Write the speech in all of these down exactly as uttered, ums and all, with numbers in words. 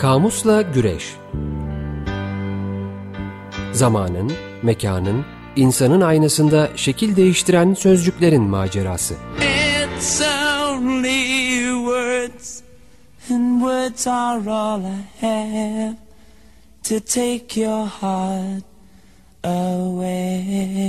Kamusla Güreş. Zamanın, mekanın, insanın aynasında şekil değiştiren sözcüklerin macerası. It's only words, and words are all I have to take your heart away.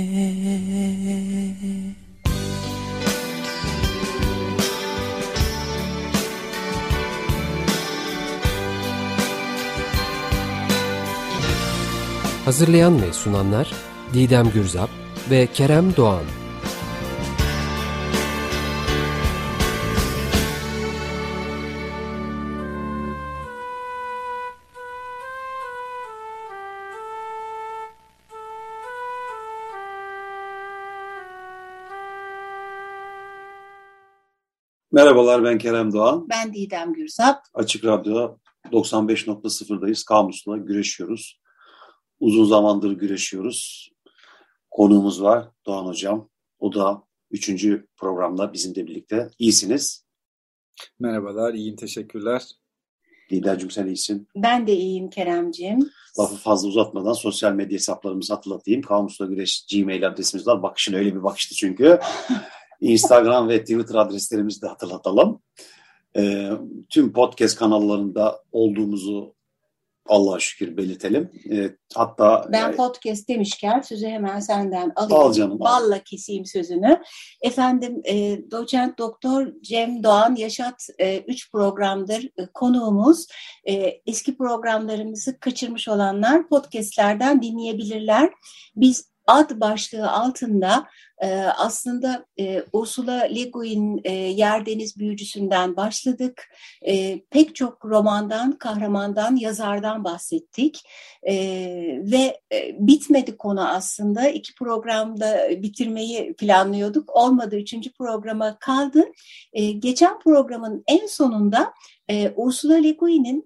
Hazırlayan ve sunanlar Didem Gürzap ve Kerem Doğan. Merhabalar, ben Kerem Doğan. Ben Didem Gürzap. Açık Radyo doksan beş nokta sıfırdayız. Kamusla güreşiyoruz. Uzun zamandır güreşiyoruz. Konuğumuz var, Doğan Hocam. O da üçüncü programda bizimle birlikte. İyisiniz. Merhabalar, iyiyim. Teşekkürler. Didemciğim, sen iyisin. Ben de iyiyim Keremciğim. Lafı fazla uzatmadan sosyal medya hesaplarımızı hatırlatayım. Kamusla Güreş Gmail adresimiz var. Bakışın öyle bir bakıştı çünkü. Instagram ve Twitter adreslerimizi de hatırlatalım. E, tüm podcast kanallarında olduğumuzu Allah'a şükür belirtelim. E, hatta ben e, podcast demişken sözü hemen senden alayım. Al canım. Balla al. Keseyim sözünü. Efendim e, doçent doktor Cem Doğan Yaşat e, üç programdır e, konuğumuz. E, eski programlarımızı kaçırmış olanlar podcastlerden dinleyebilirler. Biz ad başlığı altında e, aslında e, Ursula Le Guin e, Yer Deniz Büyücüsü'nden başladık. E, pek çok romandan, kahramandan, yazardan bahsettik. E, ve e, bitmedi konu aslında. İki programda bitirmeyi planlıyorduk. Olmadı, üçüncü programa kaldı. E, geçen programın en sonunda e, Ursula Le Guin'in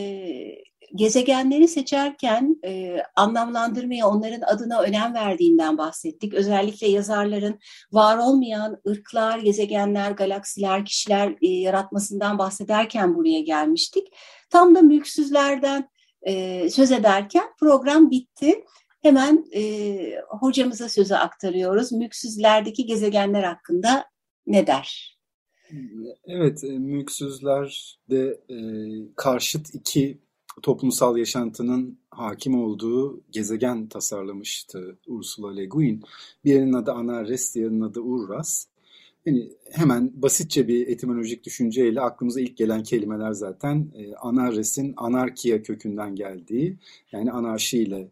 e, gezegenleri seçerken e, anlamlandırmaya, onların adına önem verdiğinden bahsettik. Özellikle yazarların var olmayan ırklar, gezegenler, galaksiler, kişiler e, yaratmasından bahsederken buraya gelmiştik. Tam da mülksüzlerden e, söz ederken program bitti. Hemen e, hocamıza sözü aktarıyoruz. Mülksüzlerdeki gezegenler hakkında ne der? Evet, mülksüzlerde e, karşıt iki toplumsal yaşantının hakim olduğu gezegen tasarlamıştı Ursula Le Guin. Birinin adı Anarres, diğerinin adı Urras. Yani hemen basitçe bir etimolojik düşünceyle aklımıza ilk gelen kelimeler zaten e, Anarres'in anarkiya kökünden geldiği, yani anarşiyle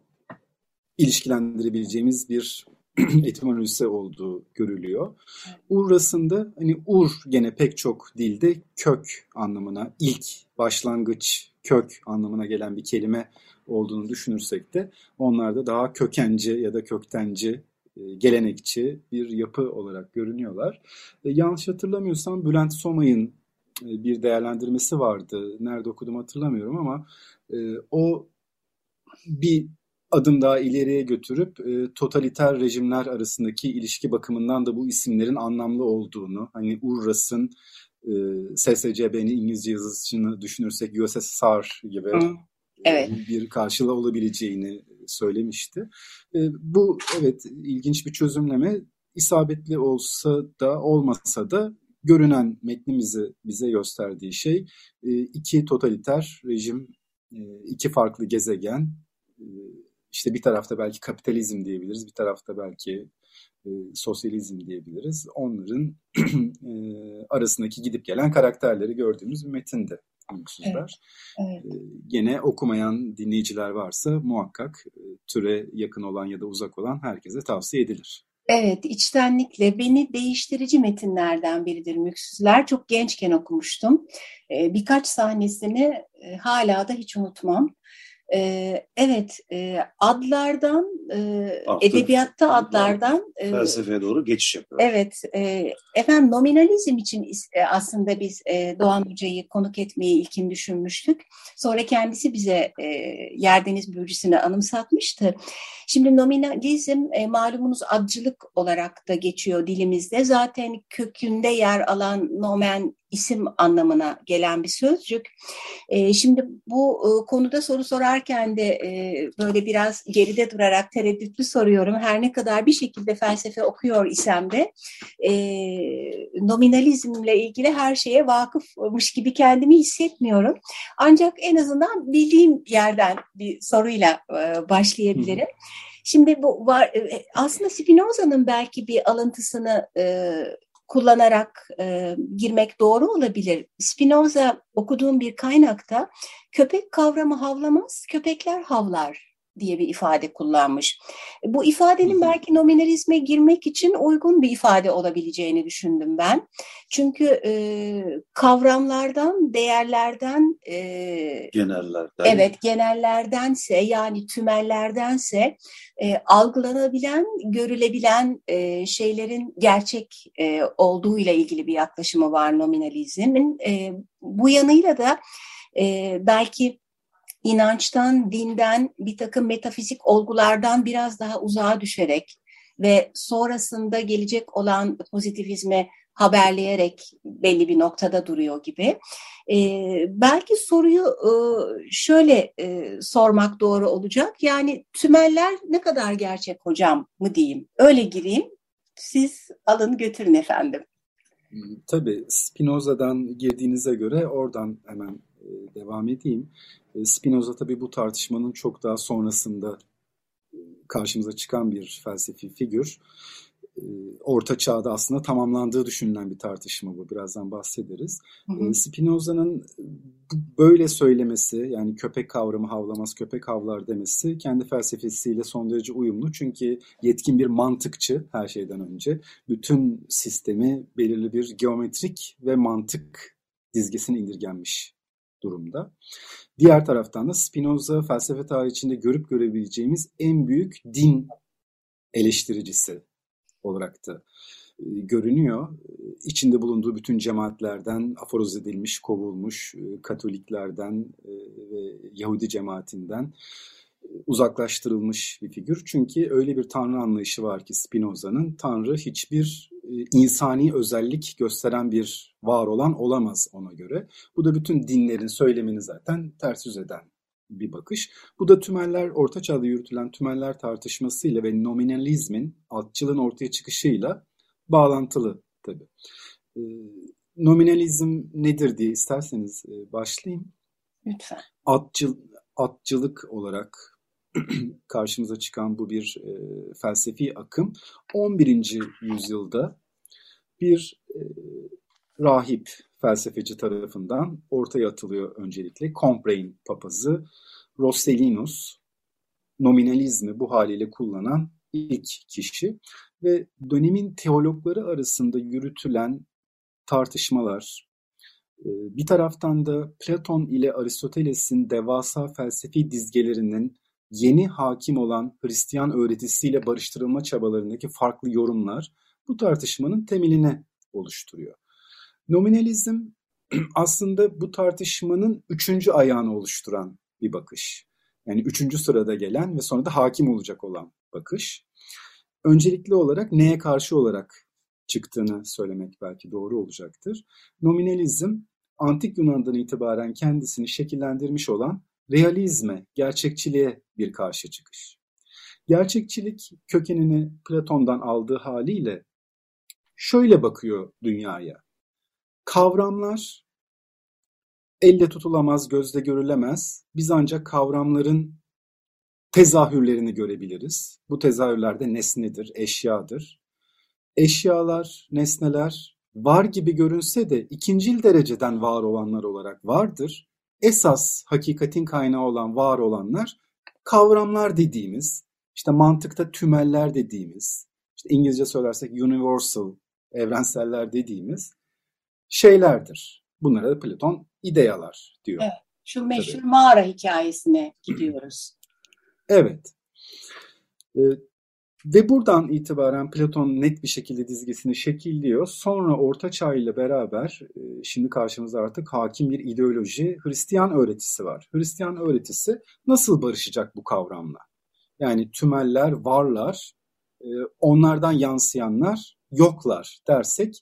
ilişkilendirebileceğimiz bir etimolojisi olduğu görülüyor. Urras'ın da hani ur gene pek çok dilde kök anlamına, ilk, başlangıç, kök anlamına gelen bir kelime olduğunu düşünürsek de onlar da daha kökenci ya da köktenci, gelenekçi bir yapı olarak görünüyorlar. E, yanlış hatırlamıyorsam Bülent Somay'ın bir değerlendirmesi vardı. Nerede okudum hatırlamıyorum ama e, o bir adım daha ileriye götürüp e, totaliter rejimler arasındaki ilişki bakımından da bu isimlerin anlamlı olduğunu, hani Urras'ın e, S S C B'nin İngilizce yazısını düşünürsek U S S R gibi hmm, evet. bir karşılığı olabileceğini söylemişti. E, bu evet ilginç bir çözümleme, isabetli olsa da olmasa da görünen metnimizi bize gösterdiği şey e, iki totaliter rejim, e, iki farklı gezegen. E, İşte bir tarafta belki kapitalizm diyebiliriz, bir tarafta belki e, sosyalizm diyebiliriz. Onların e, arasındaki gidip gelen karakterleri gördüğümüz bir metinde Mülksüzler. Evet, evet. E, gene okumayan dinleyiciler varsa muhakkak e, türe yakın olan ya da uzak olan herkese tavsiye edilir. Evet, içtenlikle beni değiştirici metinlerden biridir Mülksüzler. Çok gençken okumuştum. E, birkaç sahnesini e, hala da hiç unutmam. Ee, evet, e, adlardan, e, edebiyatta adlardan... E, felsefeye doğru geçiş yapıyor. Evet, e, efendim nominalizm için e, aslında biz e, Doğan Hoca'yı konuk etmeyi ilkin düşünmüştük. Sonra kendisi bize e, Yer Deniz Büyücüsü'nü anımsatmıştı. Şimdi nominalizm e, malumunuz adcılık olarak da geçiyor dilimizde. Zaten kökünde yer alan nomen isim anlamına gelen bir sözcük. E, şimdi bu e, konuda soru sorarken de e, böyle biraz geride durarak tereddütlü soruyorum. Her ne kadar bir şekilde felsefe okuyor isem de e, nominalizmle ilgili her şeye vakıfmış gibi kendimi hissetmiyorum. Ancak en azından bildiğim yerden bir soruyla e, başlayabilirim. Şimdi bu var, aslında Spinoza'nın belki bir alıntısını e, kullanarak e, girmek doğru olabilir. Spinoza okuduğum bir kaynakta köpek kavramı havlamaz, köpekler havlar diye bir ifade kullanmış. Bu ifadenin belki nominalizme girmek için uygun bir ifade olabileceğini düşündüm ben. Çünkü e, kavramlardan, değerlerden, e, genellerden, evet genellerdense yani tümellerdense e, algılanabilen, görülebilen e, şeylerin gerçek e, olduğuyla ilgili bir yaklaşımı var nominalizmin. E, bu yanıyla da e, belki inançtan, dinden, bir takım metafizik olgulardan biraz daha uzağa düşerek ve sonrasında gelecek olan pozitivizme haberleyerek belli bir noktada duruyor gibi. Ee, belki soruyu e, şöyle e, sormak doğru olacak. Yani tümeller ne kadar gerçek hocam mı diyeyim? Öyle gireyim. Siz alın götürün efendim. Tabii Spinoza'dan girdiğinize göre oradan hemen e, devam edeyim. E, Spinoza tabii bu tartışmanın çok daha sonrasında e, karşımıza çıkan bir felsefi figür. E, Orta Çağ'da aslında tamamlandığı düşünülen bir tartışma bu. Birazdan bahsederiz. Hı hı. E, Spinoza'nın böyle söylemesi, yani köpek kavramı havlamaz, köpek havlar demesi kendi felsefesiyle son derece uyumlu. Çünkü yetkin bir mantıkçı her şeyden önce. Bütün sistemi belirli bir geometrik ve mantık dizgesine indirgenmiş durumda. Diğer taraftan da Spinoza felsefe tarihi içinde görüp görebileceğimiz en büyük din eleştiricisi olarak da e, görünüyor. İçinde bulunduğu bütün cemaatlerden aforoz edilmiş, kovulmuş, e, Katoliklerden e, ve Yahudi cemaatinden e, uzaklaştırılmış bir figür. Çünkü öyle bir tanrı anlayışı var ki Spinoza'nın, tanrı hiçbir e, insani özellik gösteren bir var olan olamaz ona göre. Bu da bütün dinlerin söylemini zaten ters yüz eden bir bakış. Bu da tümeller, Orta Çağ'da yürütülen tümeller tartışmasıyla ve nominalizmin, altçılığın ortaya çıkışıyla bağlantılı tabii. E, nominalizm nedir diye isterseniz e, başlayayım. Lütfen. Atçıl, atçılık olarak karşımıza çıkan bu bir e, felsefi akım on birinci yüzyılda bir e, rahip felsefeci tarafından ortaya atılıyor öncelikle. Combrain papazı Roscellinus nominalizmi bu haliyle kullanan ilk kişi ve dönemin teologları arasında yürütülen tartışmalar, bir taraftan da Platon ile Aristoteles'in devasa felsefi dizgelerinin yeni hakim olan Hristiyan öğretisiyle barıştırılma çabalarındaki farklı yorumlar bu tartışmanın temelini oluşturuyor. Nominalizm aslında bu tartışmanın üçüncü ayağını oluşturan bir bakış. Yani üçüncü sırada gelen ve sonra da hakim olacak olan bakış. Öncelikli olarak neye karşı olarak çıktığını söylemek belki doğru olacaktır. Nominalizm, Antik Yunan'dan itibaren kendisini şekillendirmiş olan realizme, gerçekçiliğe bir karşı çıkış. Gerçekçilik kökenini Platon'dan aldığı haliyle şöyle bakıyor dünyaya. Kavramlar elle tutulamaz, gözle görülemez. Biz ancak kavramların tezahürlerini görebiliriz. Bu tezahürler de nesnedir, eşyadır. Eşyalar, nesneler var gibi görünse de ikincil dereceden var olanlar olarak vardır. Esas hakikatin kaynağı olan var olanlar kavramlar dediğimiz, işte mantıkta tümeller dediğimiz, işte İngilizce söylersek universal, evrenseller dediğimiz şeylerdir. Bunlara da Platon idealar diyor. Evet, şu meşhur Tabii. mağara hikayesine gidiyoruz. Evet. Ee, ve buradan itibaren Platon net bir şekilde dizgisini şekilliyor. Sonra Orta Çağ ile beraber e, şimdi karşımızda artık hakim bir ideoloji, Hristiyan öğretisi var. Hristiyan öğretisi nasıl barışacak bu kavramla? Yani tümeller, varlar, e, onlardan yansıyanlar yoklar dersek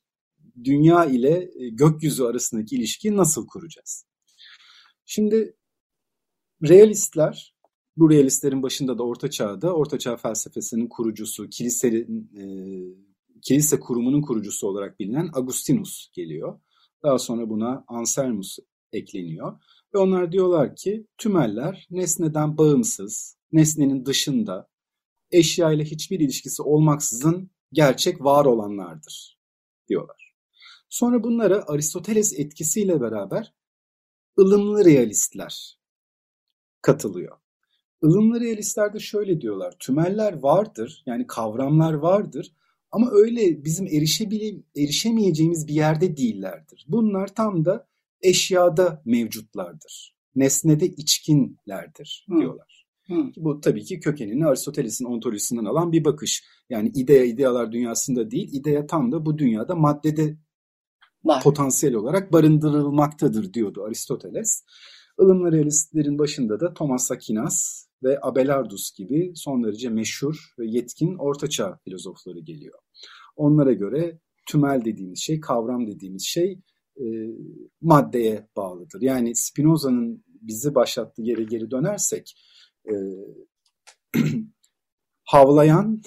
dünya ile gökyüzü arasındaki ilişkiyi nasıl kuracağız? Şimdi realistler, bu realistlerin başında da Orta Çağ'da, Orta Çağ felsefesinin kurucusu, kilisenin, e, kilise kurumunun kurucusu olarak bilinen Agustinus geliyor. Daha sonra buna Anselmus ekleniyor. Ve onlar diyorlar ki tümeller nesneden bağımsız, nesnenin dışında, eşya ile hiçbir ilişkisi olmaksızın gerçek var olanlardır diyorlar. Sonra bunlara Aristoteles etkisiyle beraber ılımlı realistler katılıyor. Ilımlı realistler de şöyle diyorlar, tümeller vardır, yani kavramlar vardır ama öyle bizim erişebile, erişemeyeceğimiz bir yerde değillerdir. Bunlar tam da eşyada mevcutlardır, nesnede içkinlerdir diyorlar. Hı. Bu tabii ki kökenini Aristoteles'in ontolojisinden alan bir bakış. Yani idea idealar dünyasında değil, idea tam da bu dünyada maddede var, potansiyel olarak barındırılmaktadır diyordu Aristoteles. Ilımlı realistlerin başında da Thomas Aquinas ve Abelardus gibi son derece meşhur ve yetkin ortaçağ filozofları geliyor. Onlara göre tümel dediğimiz şey, kavram dediğimiz şey e, maddeye bağlıdır. Yani Spinoza'nın bizi başlattığı yere geri dönersek e, havlayan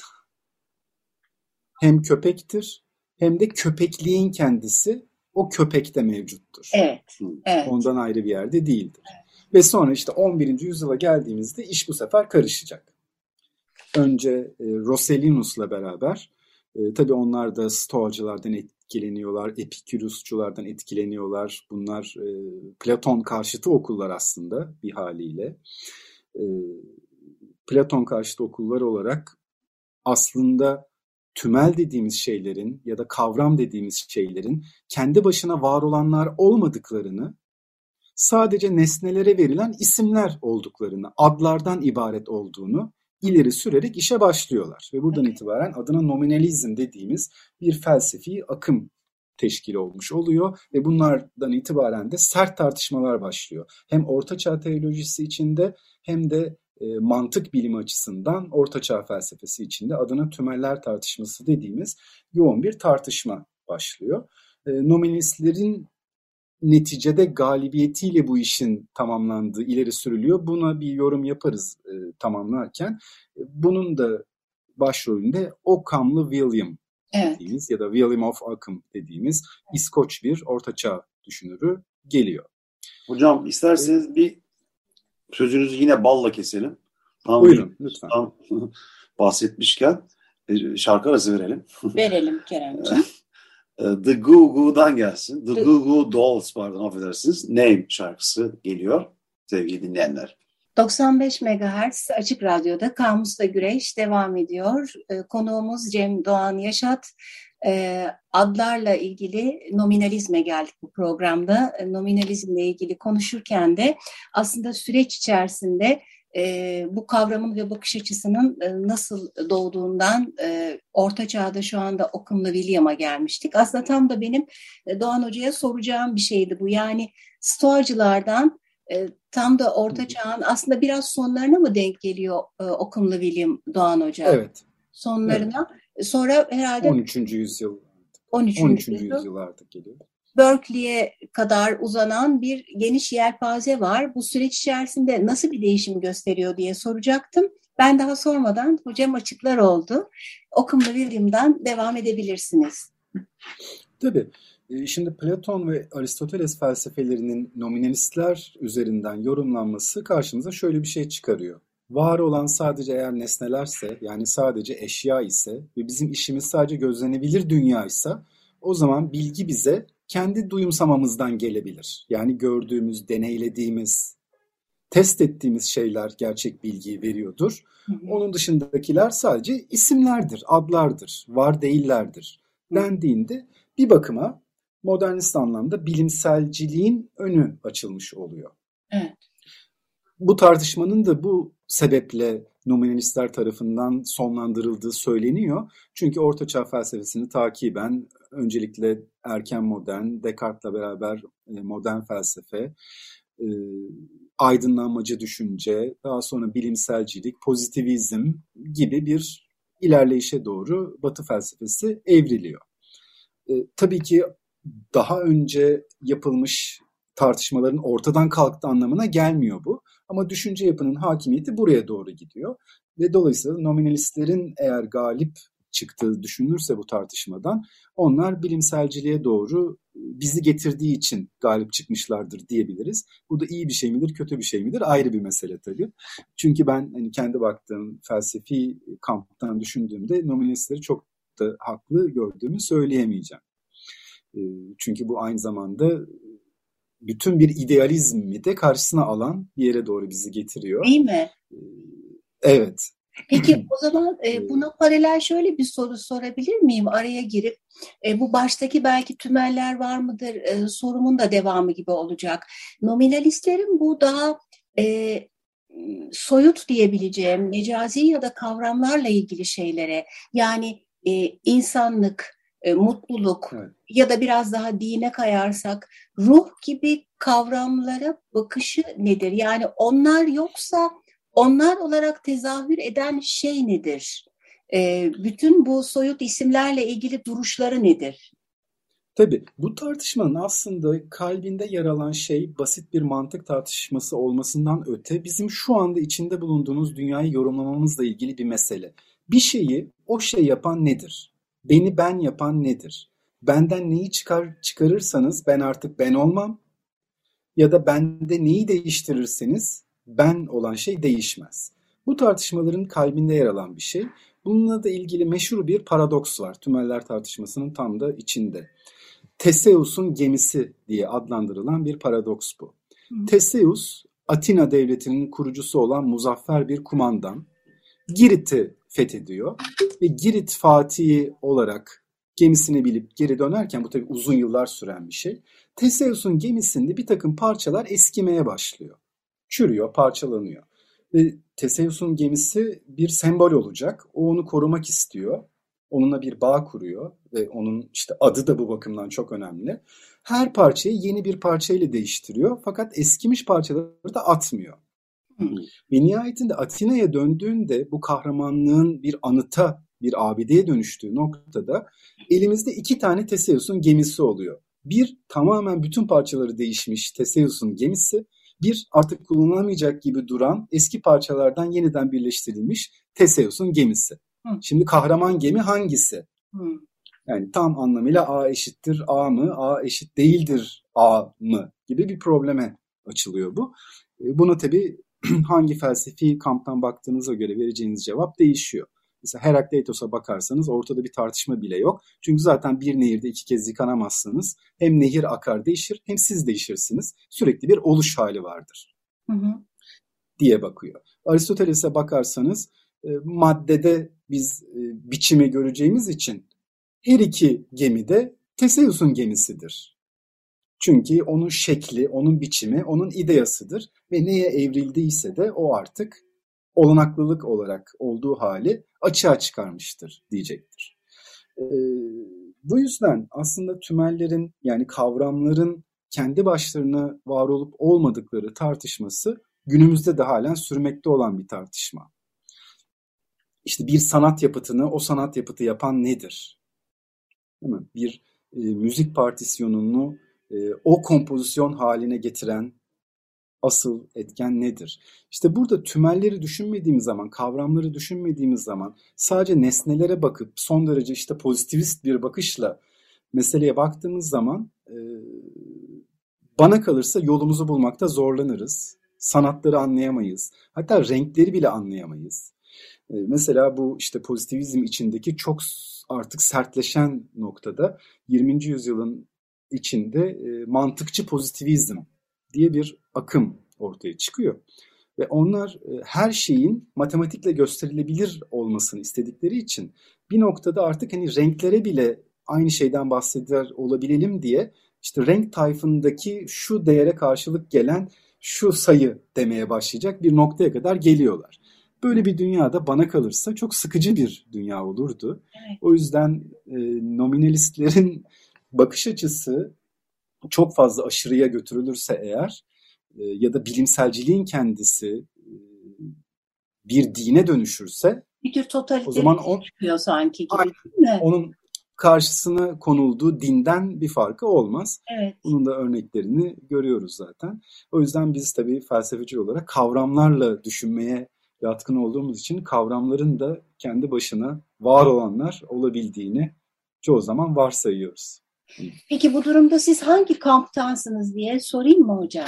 hem köpektir hem de köpekliğin kendisi o köpekte mevcuttur. Evet, evet. Ondan ayrı bir yerde değildir. Evet. Ve sonra işte on birinci yüzyıla geldiğimizde iş bu sefer karışacak. Önce e, Rosellinus'la beraber, e, tabii onlar da Stoacılardan etkileniyorlar, Epikürusçulardan etkileniyorlar. Bunlar e, Platon karşıtı okullar aslında bir haliyle. E, Platon karşıtı okullar olarak aslında tümel dediğimiz şeylerin ya da kavram dediğimiz şeylerin kendi başına var olanlar olmadıklarını, sadece nesnelere verilen isimler olduklarını, adlardan ibaret olduğunu ileri sürerek işe başlıyorlar. Ve buradan itibaren adına nominalizm dediğimiz bir felsefi akım teşkil olmuş oluyor ve bunlardan itibaren de sert tartışmalar başlıyor. Hem Ortaçağ teolojisi içinde hem de e, mantık bilimi açısından Ortaçağ felsefesi içinde adına tümeller tartışması dediğimiz yoğun bir tartışma başlıyor. E, nominalistlerin neticede galibiyetiyle bu işin tamamlandığı ileri sürülüyor. Buna bir yorum yaparız e, tamamlarken. E, bunun da başrolünde Occam'lı William evet. dediğimiz ya da William of Ockham dediğimiz İskoç bir ortaçağ düşünürü geliyor. Hocam isterseniz evet. bir sözünüzü yine balla keselim. Tam Buyurun bir, lütfen. Tam bahsetmişken şarkı arası verelim. Verelim Keremciğim. The Goo Goo'dan gelsin. The, The Goo Goo Dolls pardon affedersiniz. Name şarkısı geliyor sevgili dinleyenler. doksan beş megahertz Açık Radyo'da Kamusla Güreş devam ediyor. Konuğumuz Cem Doğan Yaşat. Adlarla ilgili nominalizme geldik bu programda. Nominalizmle ilgili konuşurken de aslında süreç içerisinde E, bu kavramın ve bakış açısının e, nasıl doğduğundan e, Orta Çağ'da şu anda Occam'la William'a gelmiştik. Aslında tam da benim e, Doğan Hoca'ya soracağım bir şeydi bu. Yani Stoacılardan e, tam da Orta Çağ'ın aslında biraz sonlarına mı denk geliyor e, Occam'la William Doğan Hoca? Evet. Sonlarına. Evet. Sonra herhalde on üçüncü yüzyıl. on üçüncü yüzyıl artık geliyor. Berkeley'e kadar uzanan bir geniş yelpaze var. Bu süreç içerisinde nasıl bir değişim gösteriyor diye soracaktım. Ben daha sormadan hocam açıklar oldu. Occam'la William'dan devam edebilirsiniz. Tabii. Şimdi Platon ve Aristoteles felsefelerinin nominalistler üzerinden yorumlanması karşımıza şöyle bir şey çıkarıyor. Var olan sadece eğer nesnelerse, yani sadece eşya ise ve bizim işimiz sadece gözlenebilir dünya ise, o zaman bilgi bize kendi duyumsamamızdan gelebilir. Yani gördüğümüz, deneylediğimiz, test ettiğimiz şeyler gerçek bilgiyi veriyordur. Hı hı. Onun dışındakiler sadece isimlerdir, adlardır, var değillerdir dendiğinde bir bakıma modernist anlamda bilimselciliğin önü açılmış oluyor. Evet. Bu tartışmanın da bu sebeple nominalistler tarafından sonlandırıldığı söyleniyor. Çünkü Ortaçağ felsefesini takiben öncelikle erken modern, Descartes'la beraber modern felsefe, aydınlanmacı düşünce, daha sonra bilimselcilik, pozitivizm gibi bir ilerleyişe doğru Batı felsefesi evriliyor. E, tabii ki daha önce yapılmış tartışmaların ortadan kalktığı anlamına gelmiyor bu. Ama düşünce yapının hakimiyeti buraya doğru gidiyor. Ve dolayısıyla nominalistlerin eğer galip çıktığı düşünülürse bu tartışmadan, onlar bilimselciliğe doğru bizi getirdiği için galip çıkmışlardır diyebiliriz. Bu da iyi bir şey midir, kötü bir şey midir ayrı bir mesele tabii. Çünkü ben hani kendi baktığım felsefi kamptan düşündüğümde nominalistleri çok da haklı gördüğümü söyleyemeyeceğim. Çünkü bu aynı zamanda bütün bir idealizmi de karşısına alan bir yere doğru bizi getiriyor. Değil mi? Evet. Peki o zaman e, buna paralel şöyle bir soru sorabilir miyim araya girip? E, bu baştaki belki tümeller var mıdır e, sorumun da devamı gibi olacak. Nominalistlerin bu daha e, soyut diyebileceğim mecazi ya da kavramlarla ilgili şeylere, yani e, insanlık, e, mutluluk, evet, ya da biraz daha dine kayarsak ruh gibi kavramlara bakışı nedir? Yani onlar yoksa onlar olarak tezahür eden şey nedir? E, bütün bu soyut isimlerle ilgili duruşları nedir? Tabii bu tartışmanın aslında kalbinde yer alan şey basit bir mantık tartışması olmasından öte bizim şu anda içinde bulunduğumuz dünyayı yorumlamamızla ilgili bir mesele. Bir şeyi o şey yapan nedir? Beni ben yapan nedir? Benden neyi çıkar çıkarırsanız ben artık ben olmam, ya da bende neyi değiştirirseniz ben olan şey değişmez. Bu tartışmaların kalbinde yer alan bir şey. Bununla da ilgili meşhur bir paradoks var. Tümeller tartışmasının tam da içinde. Teseus'un gemisi diye adlandırılan bir paradoks bu. Hı. Teseus, Atina devletinin kurucusu olan muzaffer bir kumandan. Girit'i fethediyor ve Girit Fatihi olarak gemisini bilip geri dönerken, bu tabii uzun yıllar süren bir şey, Teseus'un gemisinde bir takım parçalar eskimeye başlıyor. Çürüyor, parçalanıyor. Ve Teseus'un gemisi bir sembol olacak. O onu korumak istiyor. Onunla bir bağ kuruyor ve onun işte adı da bu bakımdan çok önemli. Her parçayı yeni bir parçayla değiştiriyor fakat eskimiş parçaları da atmıyor. Hmm. Ve nihayetinde Atina'ya döndüğünde bu kahramanlığın bir anıta, bir abideye dönüştüğü noktada elimizde iki tane Teseus'un gemisi oluyor. Bir tamamen bütün parçaları değişmiş Teseus'un gemisi, bir artık kullanılamayacak gibi duran eski parçalardan yeniden birleştirilmiş Teseus'un gemisi. Hı. Şimdi kahraman gemi hangisi? Hı. Yani tam anlamıyla A eşittir A mı, A eşit değildir A mı gibi bir probleme açılıyor bu. Buna tabii hangi felsefi kamptan baktığınıza göre vereceğiniz cevap değişiyor. Mesela Herakleitos'a bakarsanız ortada bir tartışma bile yok. Çünkü zaten bir nehirde iki kez yıkanamazsınız. Hem nehir akar değişir hem siz değişirsiniz. Sürekli bir oluş hali vardır. Hı hı. Diye bakıyor. Aristoteles'e bakarsanız e, maddede biz e, biçimi göreceğimiz için her iki gemi de Teseus'un gemisidir. Çünkü onun şekli, onun biçimi, onun ideasıdır ve neye evrildiyse de o artık olanaklılık olarak olduğu hali açığa çıkarmıştır diyecektir. Ee, bu yüzden aslında tümellerin, yani kavramların kendi başlarına var olup olmadıkları tartışması günümüzde de halen sürmekte olan bir tartışma. İşte bir sanat yapıtını o sanat yapıtı yapan nedir? Değil mi? Bir e, müzik partisyonunu e, o kompozisyon haline getiren asıl etken nedir? İşte burada tümelleri düşünmediğimiz zaman, kavramları düşünmediğimiz zaman sadece nesnelere bakıp son derece işte pozitivist bir bakışla meseleye baktığımız zaman e, bana kalırsa yolumuzu bulmakta zorlanırız. Sanatları anlayamayız. Hatta renkleri bile anlayamayız. E, mesela bu işte pozitivizm içindeki çok artık sertleşen noktada yirminci yüzyılın içinde e, mantıkçı pozitivizm diye bir akım ortaya çıkıyor. Ve onlar her şeyin matematikle gösterilebilir olmasını istedikleri için bir noktada artık hani renklere bile aynı şeyden bahseder olabilelim diye işte renk tayfındaki şu değere karşılık gelen şu sayı demeye başlayacak bir noktaya kadar geliyorlar. Böyle bir dünyada bana kalırsa çok sıkıcı bir dünya olurdu. Evet. O yüzden e, nominalistlerin bakış açısı çok fazla aşırıya götürülürse eğer e, ya da bilimselciliğin kendisi e, bir dine dönüşürse bir tür totaliter çıkıyor sanki gibi, değil mi? Onun karşısına konulduğu dinden bir farkı olmaz. Evet. Bunun da örneklerini görüyoruz zaten. O yüzden biz tabii felsefeci olarak kavramlarla düşünmeye yatkın olduğumuz için kavramların da kendi başına var olanlar olabildiğini çoğu zaman varsayıyoruz. Peki bu durumda siz hangi kamptansınız diye sorayım mı hocam?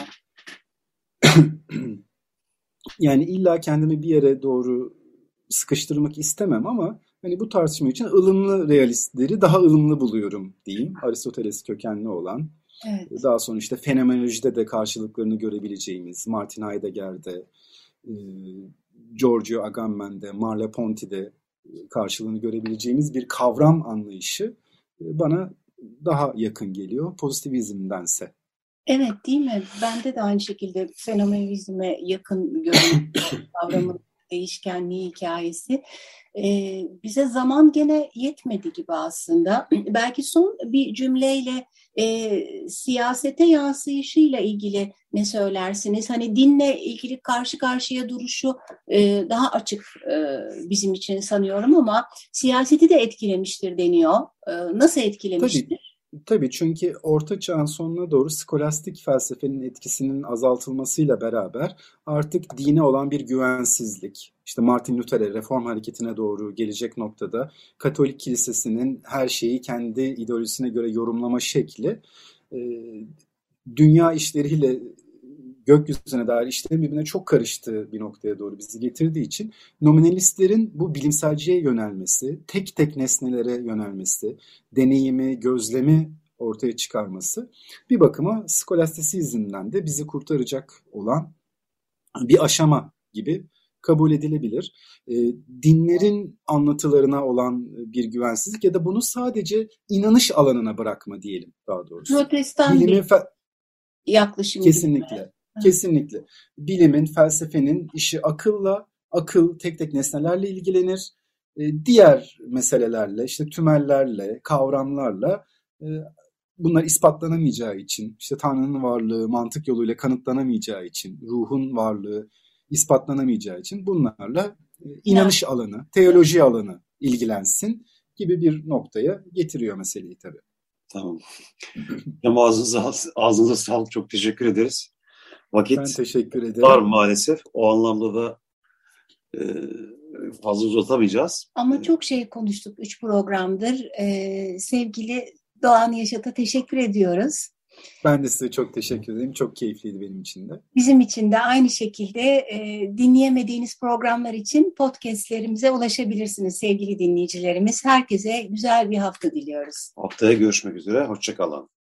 Yani illa kendimi bir yere doğru sıkıştırmak istemem ama hani bu tartışma için ılımlı realistleri daha ılımlı buluyorum diyeyim. Aristoteles kökenli olan. Evet. Daha sonra işte fenomenolojide de karşılıklarını görebileceğimiz Martin Heidegger'de, Giorgio Agamben'de, Merleau-Ponty'de karşılığını görebileceğimiz bir kavram anlayışı bana daha yakın geliyor pozitivizmdense. Evet, değil mi? Bende de aynı şekilde fenomenizme yakın görünüyor kavramın değişkenliği hikayesi. Ee, bize zaman gene yetmedi gibi aslında. Belki son bir cümleyle e, siyasete yansıyışıyla ilgili ne söylersiniz? Hani dinle ilgili karşı karşıya duruşu e, daha açık e, bizim için sanıyorum ama siyaseti de etkilemiştir deniyor. E, nasıl etkilemiştir? Tabii. Tabii çünkü Orta Çağ'ın sonuna doğru skolastik felsefenin etkisinin azaltılmasıyla beraber artık dine olan bir güvensizlik, işte Martin Luther'e reform hareketine doğru gelecek noktada Katolik Kilisesi'nin her şeyi kendi ideolojisine göre yorumlama şekli, dünya işleriyle gökyüzüne dair işlerin birbirine çok karıştığı bir noktaya doğru bizi getirdiği için nominalistlerin bu bilimselciye yönelmesi, tek tek nesnelere yönelmesi, deneyimi, gözlemi ortaya çıkarması bir bakıma skolastisizmden de bizi kurtaracak olan bir aşama gibi kabul edilebilir. E, dinlerin anlatılarına olan bir güvensizlik ya da bunu sadece inanış alanına bırakma diyelim daha doğrusu. Protestan Bilimin bir fe- yaklaşım. Kesinlikle. Gibi. Kesinlikle. Bilimin, felsefenin işi akılla, akıl tek tek nesnelerle ilgilenir. E, diğer meselelerle, işte tümellerle, kavramlarla e, bunlar ispatlanamayacağı için, işte Tanrı'nın varlığı mantık yoluyla kanıtlanamayacağı için, ruhun varlığı ispatlanamayacağı için bunlarla e, inanış ya. alanı, teoloji alanı ilgilensin gibi bir noktaya getiriyor meseleyi tabii. Tamam. Hem ağzınıza, ağzınıza sağlık. Çok teşekkür ederiz. Vakit ben teşekkür ederim. Var maalesef. O anlamda da e, fazla uzatamayacağız. Ama çok şey konuştuk. Üç programdır. Ee, sevgili Doğan Yaşat'a teşekkür ediyoruz. Ben de size çok teşekkür ederim. Çok keyifliydi benim için de. Bizim için de aynı şekilde e, dinleyemediğiniz programlar için podcastlerimize ulaşabilirsiniz sevgili dinleyicilerimiz. Herkese güzel bir hafta diliyoruz. Haftaya görüşmek üzere. Hoşça kalın.